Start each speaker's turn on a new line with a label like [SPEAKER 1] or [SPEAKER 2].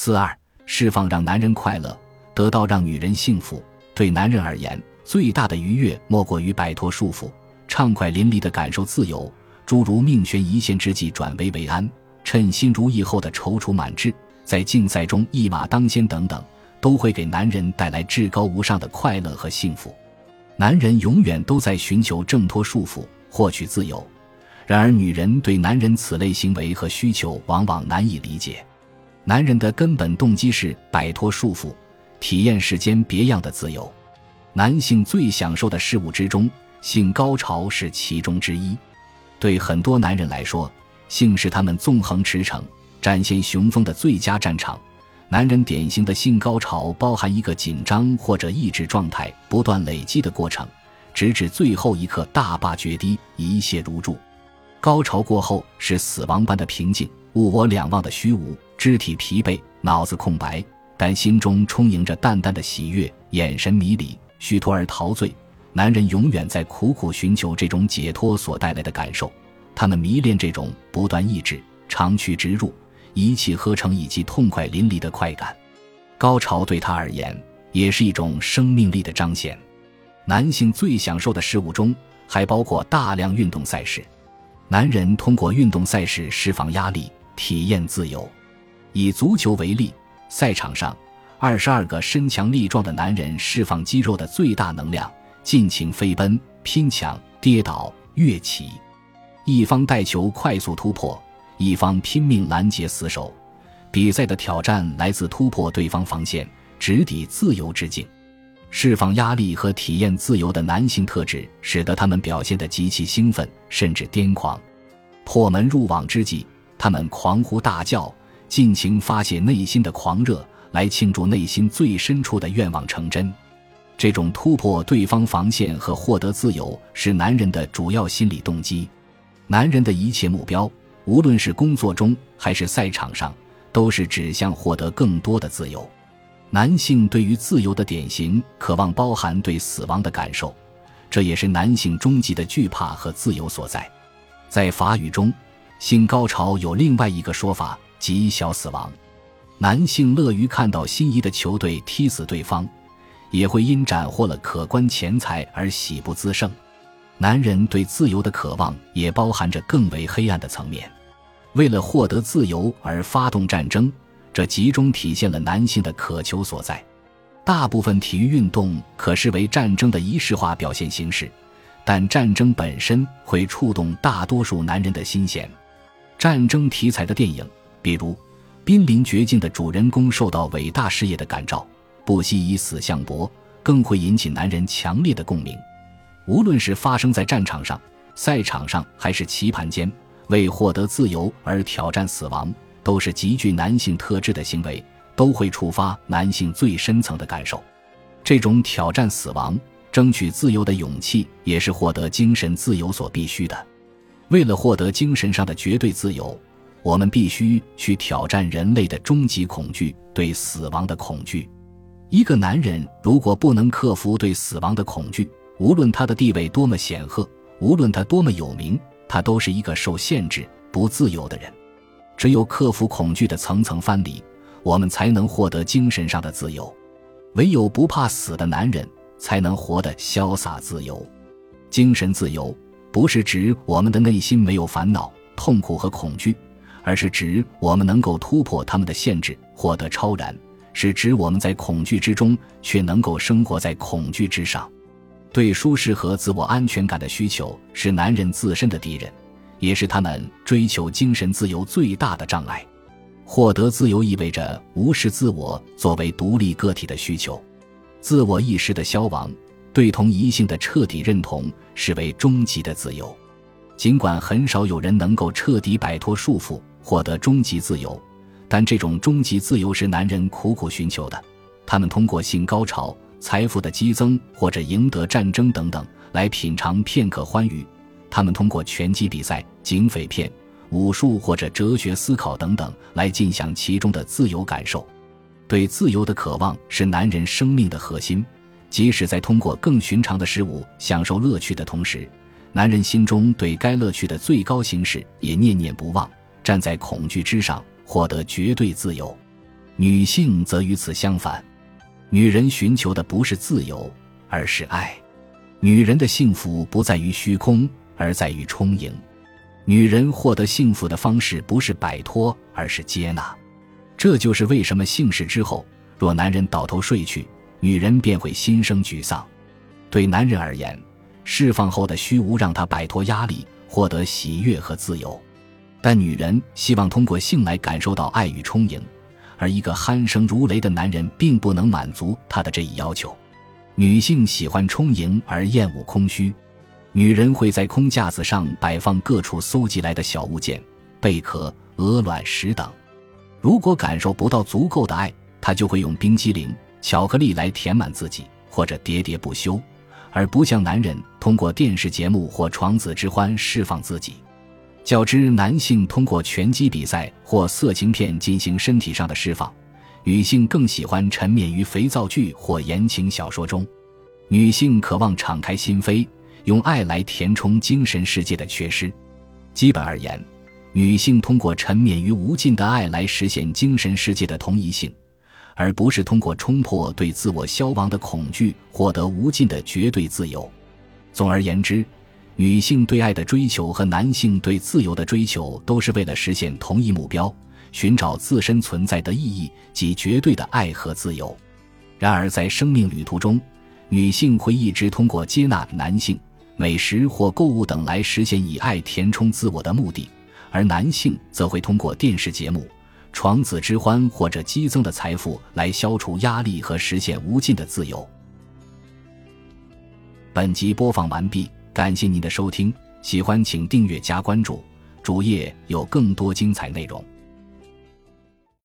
[SPEAKER 1] 42释放让男人快乐，得到让女人幸福。对男人而言，最大的愉悦莫过于摆脱束缚，畅快淋漓地感受自由，诸如命悬一线之际转危为安，称心如意后的踌躇满志，在竞赛中一马当先等等，都会给男人带来至高无上的快乐和幸福。男人永远都在寻求挣脱束缚，获取自由，然而女人对男人此类行为和需求往往难以理解。男人的根本动机是摆脱束缚，体验世间别样的自由。男性最享受的事物之中，性高潮是其中之一。对很多男人来说，性是他们纵横驰骋、展现雄风的最佳战场。男人典型的性高潮包含一个紧张或者抑制状态不断累积的过程，直至最后一刻大坝决堤，一泻如注。高潮过后是死亡般的平静，物我两忘的虚无，肢体疲惫，脑子空白，但心中充盈着淡淡的喜悦，眼神迷离，虚脱而陶醉。男人永远在苦苦寻求这种解脱所带来的感受，他们迷恋这种不断抑制、长驱直入、一气呵成以及痛快淋漓的快感。高潮对他而言也是一种生命力的彰显。男性最享受的事物中还包括大量运动赛事。男人通过运动赛事释放压力，体验自由。以足球为例，赛场上22个身强力壮的男人释放肌肉的最大能量，尽情飞奔、拼抢、跌倒、跃起。一方带球快速突破，一方拼命拦截死守。比赛的挑战来自突破对方防线，直抵自由之境。释放压力和体验自由的男性特质使得他们表现得极其兴奋，甚至癫狂。破门入网之际，他们狂呼大叫，尽情发泄内心的狂热，来庆祝内心最深处的愿望成真。这种突破对方防线和获得自由是男人的主要心理动机。男人的一切目标，无论是工作中还是赛场上，都是指向获得更多的自由。男性对于自由的典型渴望包含对死亡的感受，这也是男性终极的惧怕和自由所在。在法语中，性高潮有另外一个说法，即小死亡。男性乐于看到心仪的球队踢死对方，也会因斩获了可观钱财而喜不自胜。男人对自由的渴望也包含着更为黑暗的层面。为了获得自由而发动战争，这集中体现了男性的渴求所在。大部分体育运动可视为战争的仪式化表现形式，但战争本身会触动大多数男人的心弦。战争题材的电影，比如濒临绝境的主人公受到伟大事业的感召，不惜以死相搏，更会引起男人强烈的共鸣。无论是发生在战场上、赛场上还是棋盘间，为获得自由而挑战死亡，都是极具男性特质的行为，都会触发男性最深层的感受。这种挑战死亡、争取自由的勇气，也是获得精神自由所必须的。为了获得精神上的绝对自由，我们必须去挑战人类的终极恐惧，对死亡的恐惧。一个男人如果不能克服对死亡的恐惧，无论他的地位多么显赫，无论他多么有名，他都是一个受限制、不自由的人。只有克服恐惧的层层藩篱，我们才能获得精神上的自由。唯有不怕死的男人，才能活得潇洒自由。精神自由不是指我们的内心没有烦恼、痛苦和恐惧，而是指我们能够突破他们的限制，获得超然，是指我们在恐惧之中，却能够生活在恐惧之上。对舒适和自我安全感的需求是男人自身的敌人，也是他们追求精神自由最大的障碍。获得自由意味着无视自我作为独立个体的需求，自我意识的消亡，对同一性的彻底认同，视为终极的自由。尽管很少有人能够彻底摆脱束缚，获得终极自由，但这种终极自由是男人苦苦寻求的。他们通过性高潮、财富的激增或者赢得战争等等来品尝片刻欢愉。他们通过拳击比赛、警匪片、武术或者哲学思考等等来尽享其中的自由感受。对自由的渴望是男人生命的核心，即使在通过更寻常的事物享受乐趣的同时，男人心中对该乐趣的最高形式也念念不忘，站在恐惧之上，获得绝对自由。 女性则与此相反，女人寻求的不是自由，而是爱。女人的幸福不在于虚空，而在于充盈。女人获得幸福的方式不是摆脱，而是接纳。这就是为什么性事之后，若男人倒头睡去，女人便会心生沮丧。对男人而言，释放后的虚无让他摆脱压力，获得喜悦和自由。但女人希望通过性来感受到爱与充盈，而一个鼾声如雷的男人并不能满足她的这一要求。女性喜欢充盈而厌恶空虚，女人会在空架子上摆放各处搜集来的小物件，贝壳、鹅卵石等。如果感受不到足够的爱，她就会用冰激凌、巧克力来填满自己，或者喋喋不休，而不像男人通过电视节目或床子之欢释放自己。较之男性通过拳击比赛或色情片进行身体上的释放，女性更喜欢沉湎于肥皂剧或言情小说中。女性渴望敞开心扉，用爱来填充精神世界的缺失。基本而言，女性通过沉湎于无尽的爱来实现精神世界的同一性，而不是通过冲破对自我消亡的恐惧获得无尽的绝对自由。总而言之，女性对爱的追求和男性对自由的追求都是为了实现同一目标，寻找自身存在的意义，即绝对的爱和自由。然而在生命旅途中，女性会一直通过接纳男性、美食或购物等来实现以爱填充自我的目的，而男性则会通过电视节目、床子之欢或者激增的财富来消除压力和实现无尽的自由。本集播放完毕，感谢您的收听，喜欢请订阅加关注，主页有更多精彩内容。